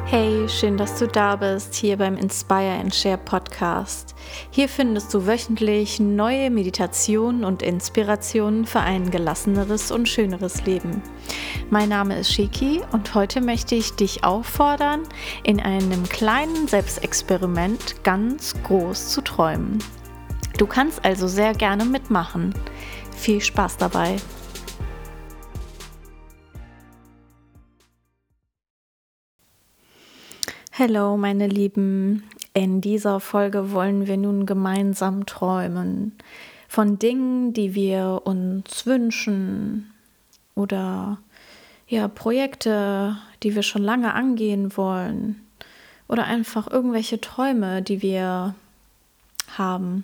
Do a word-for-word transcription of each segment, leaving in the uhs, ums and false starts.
Hey, schön, dass du da bist, hier beim Inspire and Share Podcast. Hier findest du wöchentlich neue Meditationen und Inspirationen für ein gelasseneres und schöneres Leben. Mein Name ist Shiki und heute möchte ich dich auffordern, in einem kleinen Selbstexperiment ganz groß zu träumen. Du kannst also sehr gerne mitmachen. Viel Spaß dabei! Hallo meine Lieben, in dieser Folge wollen wir nun gemeinsam träumen von Dingen, die wir uns wünschen oder ja, Projekte, die wir schon lange angehen wollen oder einfach irgendwelche Träume, die wir haben.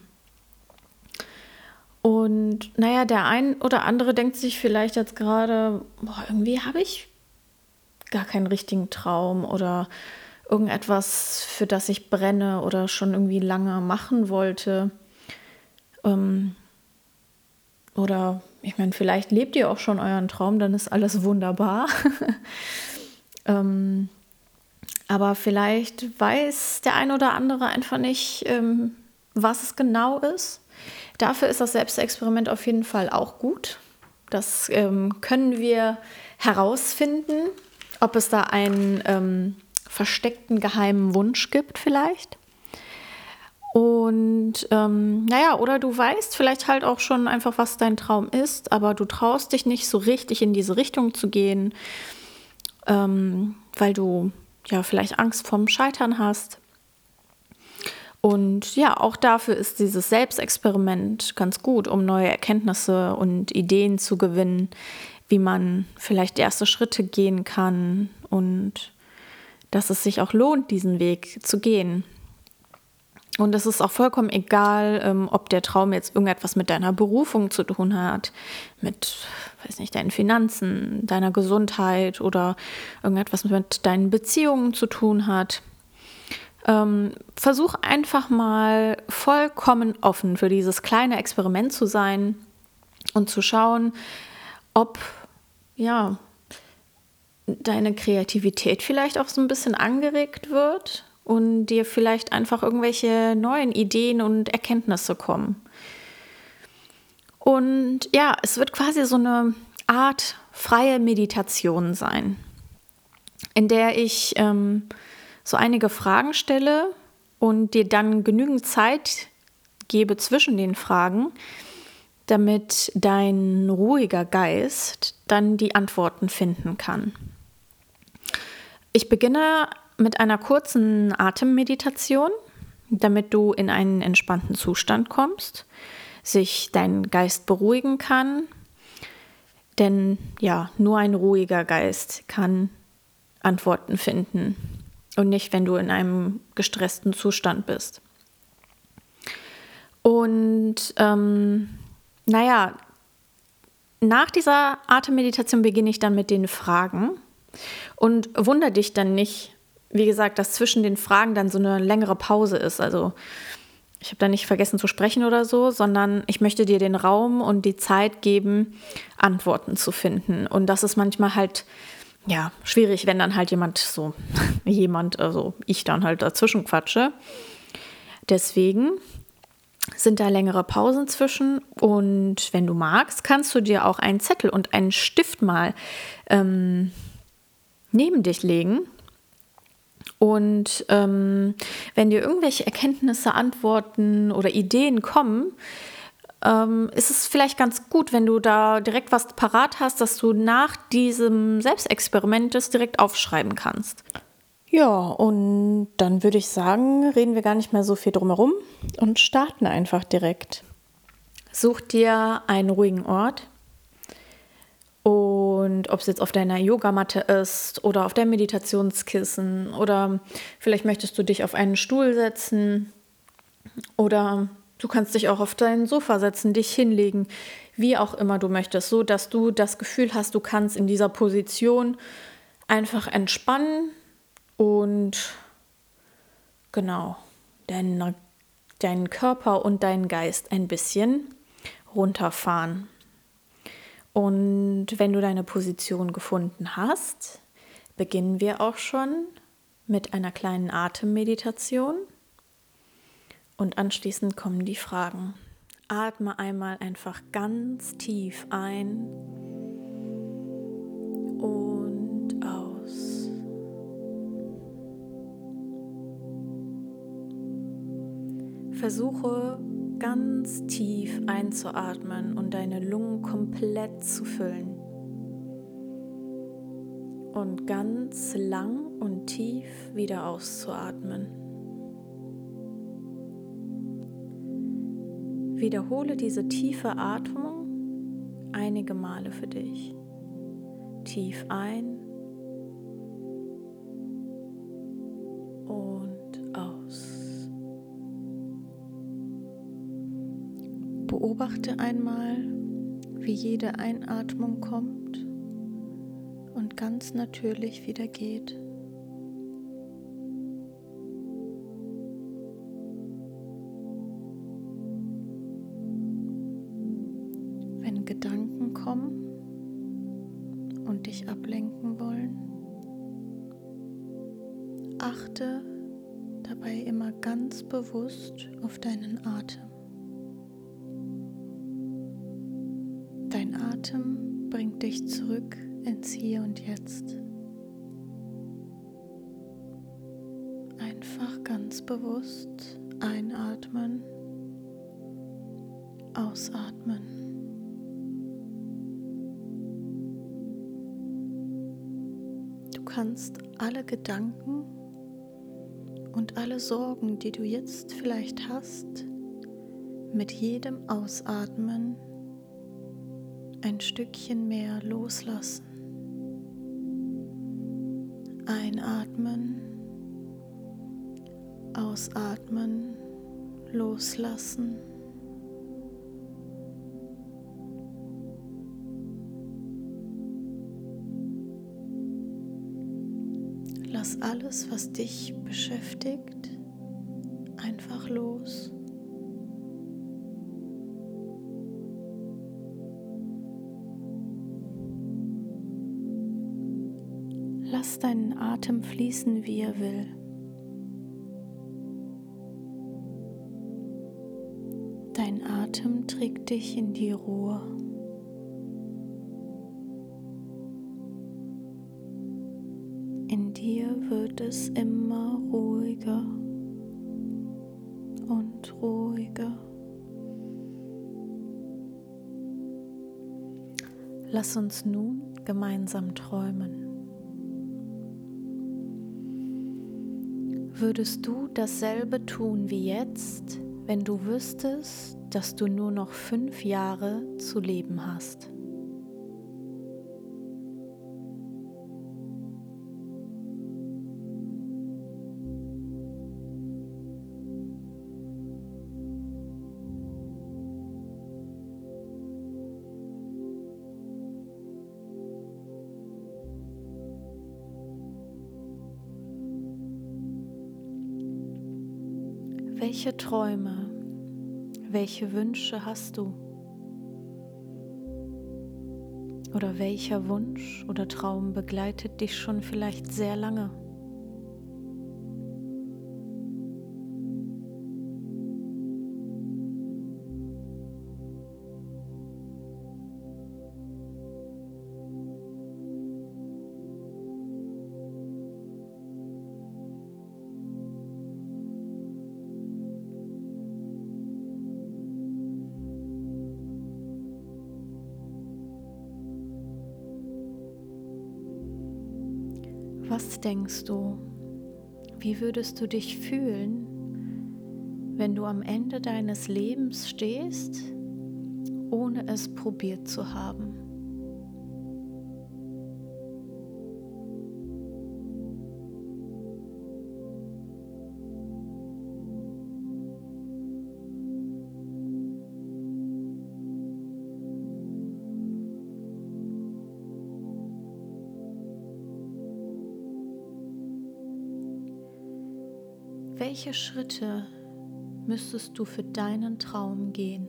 Und naja, der ein oder andere denkt sich vielleicht jetzt gerade, boah, irgendwie habe ich gar keinen richtigen Traum oder irgendetwas, für das ich brenne oder schon irgendwie lange machen wollte. Ähm, oder ich meine, vielleicht lebt ihr auch schon euren Traum, dann ist alles wunderbar. ähm, aber vielleicht weiß der ein oder andere einfach nicht, ähm, was es genau ist. Dafür ist das Selbstexperiment auf jeden Fall auch gut. Das ähm, können wir herausfinden, ob es da ein ähm, versteckten geheimen Wunsch gibt vielleicht. Und ähm, naja, oder du weißt vielleicht halt auch schon einfach, was dein Traum ist, aber du traust dich nicht so richtig in diese Richtung zu gehen, ähm, weil du ja vielleicht Angst vorm Scheitern hast. Und ja, auch dafür ist dieses Selbstexperiment ganz gut, um neue Erkenntnisse und Ideen zu gewinnen, wie man vielleicht erste Schritte gehen kann und dass es sich auch lohnt, diesen Weg zu gehen. Und es ist auch vollkommen egal, ähm, ob der Traum jetzt irgendetwas mit deiner Berufung zu tun hat, mit, weiß nicht, deinen Finanzen, deiner Gesundheit oder irgendetwas mit deinen Beziehungen zu tun hat. Ähm, versuch einfach mal vollkommen offen für dieses kleine Experiment zu sein und zu schauen, ob, ja, deine Kreativität vielleicht auch so ein bisschen angeregt wird und dir vielleicht einfach irgendwelche neuen Ideen und Erkenntnisse kommen. Und ja, es wird quasi so eine Art freie Meditation sein, in der ich ähm, so einige Fragen stelle und dir dann genügend Zeit gebe zwischen den Fragen, damit dein ruhiger Geist dann die Antworten finden kann. Ich beginne mit einer kurzen Atemmeditation, damit du in einen entspannten Zustand kommst, sich dein Geist beruhigen kann, denn ja, nur ein ruhiger Geist kann Antworten finden und nicht, wenn du in einem gestressten Zustand bist. Und ähm, naja, nach dieser Atemmeditation beginne ich dann mit den Fragen. Und wundere dich dann nicht, wie gesagt, dass zwischen den Fragen dann so eine längere Pause ist. Also ich habe da nicht vergessen zu sprechen oder so, sondern ich möchte dir den Raum und die Zeit geben, Antworten zu finden. Und das ist manchmal halt, ja, schwierig, wenn dann halt jemand so, jemand, also ich dann halt dazwischen quatsche. Deswegen sind da längere Pausen zwischen. Und wenn du magst, kannst du dir auch einen Zettel und einen Stift mal ähm, neben dich legen und ähm, wenn dir irgendwelche Erkenntnisse, Antworten oder Ideen kommen, ähm, ist es vielleicht ganz gut, wenn du da direkt was parat hast, dass du nach diesem Selbstexperiment das direkt aufschreiben kannst. Ja, und dann würde ich sagen, reden wir gar nicht mehr so viel drumherum und starten einfach direkt. Such dir einen ruhigen Ort. Und ob es jetzt auf deiner Yogamatte ist oder auf deinem Meditationskissen oder vielleicht möchtest du dich auf einen Stuhl setzen oder du kannst dich auch auf dein Sofa setzen, dich hinlegen, wie auch immer du möchtest, so dass du das Gefühl hast, du kannst in dieser Position einfach entspannen und genau deinen, deinen Körper und deinen Geist ein bisschen runterfahren. Und wenn du deine Position gefunden hast, beginnen wir auch schon mit einer kleinen Atemmeditation und anschließend kommen die Fragen. Atme einmal einfach ganz tief ein und aus. Versuche ganz tief einzuatmen und deine Lungen komplett zu füllen. Und ganz lang und tief wieder auszuatmen. Wiederhole diese tiefe Atmung einige Male für dich. Tief ein und aus. Beobachte einmal, wie jede Einatmung kommt und ganz natürlich wieder geht. Wenn Gedanken kommen und dich ablenken wollen, achte dabei immer ganz bewusst auf deinen Atem. Dein Atem bringt dich zurück ins Hier und Jetzt. Einfach ganz bewusst einatmen, ausatmen. Du kannst alle Gedanken und alle Sorgen, die du jetzt vielleicht hast, mit jedem Ausatmen ein Stückchen mehr loslassen. Einatmen, ausatmen, loslassen. Lass alles, was dich beschäftigt, einfach los. Lass deinen Atem fließen, wie er will. Dein Atem trägt dich in die Ruhe. In dir wird es immer ruhiger und ruhiger. Lass uns nun gemeinsam träumen. Würdest du dasselbe tun wie jetzt, wenn du wüsstest, dass du nur noch fünf Jahre zu leben hast? Welche Träume, welche Wünsche hast du? Oder welcher Wunsch oder Traum begleitet dich schon vielleicht sehr lange? Was denkst du, wie würdest du dich fühlen, wenn du am Ende deines Lebens stehst, ohne es probiert zu haben? Welche Schritte müsstest du für deinen Traum gehen?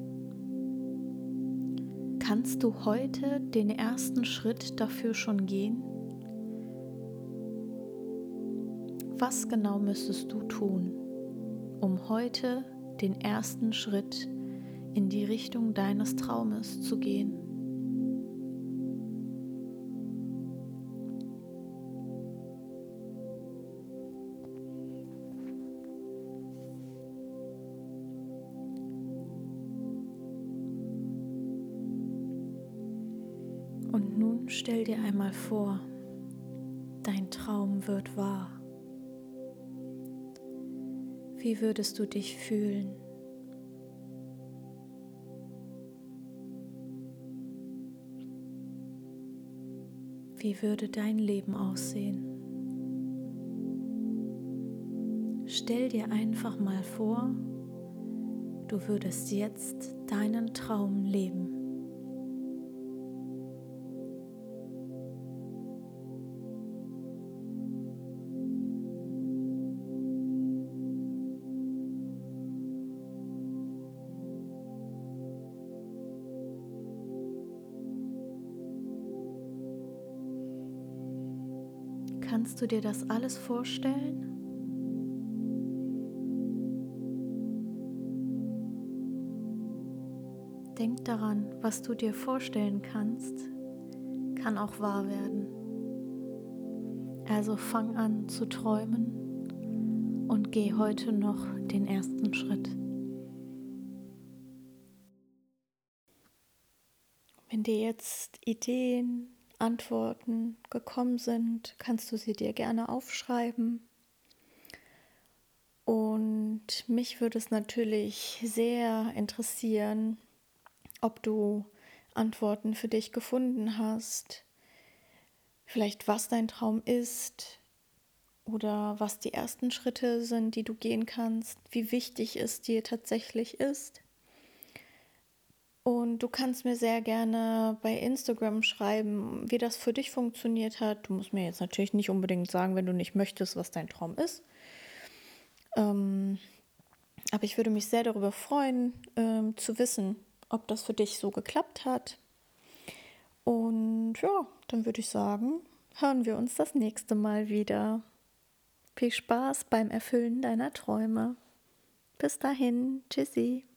Kannst du heute den ersten Schritt dafür schon gehen? Was genau müsstest du tun, um heute den ersten Schritt in die Richtung deines Traumes zu gehen? Und nun stell dir einmal vor, dein Traum wird wahr. Wie würdest du dich fühlen? Wie würde dein Leben aussehen? Stell dir einfach mal vor, du würdest jetzt deinen Traum leben. Kannst du dir das alles vorstellen? Denk daran, was du dir vorstellen kannst, kann auch wahr werden. Also fang an zu träumen und geh heute noch den ersten Schritt. Wenn dir jetzt Ideen, Antworten gekommen sind, kannst du sie dir gerne aufschreiben. Und mich würde es natürlich sehr interessieren, ob du Antworten für dich gefunden hast, vielleicht was dein Traum ist oder was die ersten Schritte sind, die du gehen kannst, wie wichtig es dir tatsächlich ist. Und du kannst mir sehr gerne bei Instagram schreiben, wie das für dich funktioniert hat. Du musst mir jetzt natürlich nicht unbedingt sagen, wenn du nicht möchtest, was dein Traum ist. Ähm, aber ich würde mich sehr darüber freuen, ähm, zu wissen, ob das für dich so geklappt hat. Und ja, dann würde ich sagen, hören wir uns das nächste Mal wieder. Viel Spaß beim Erfüllen deiner Träume. Bis dahin, tschüssi.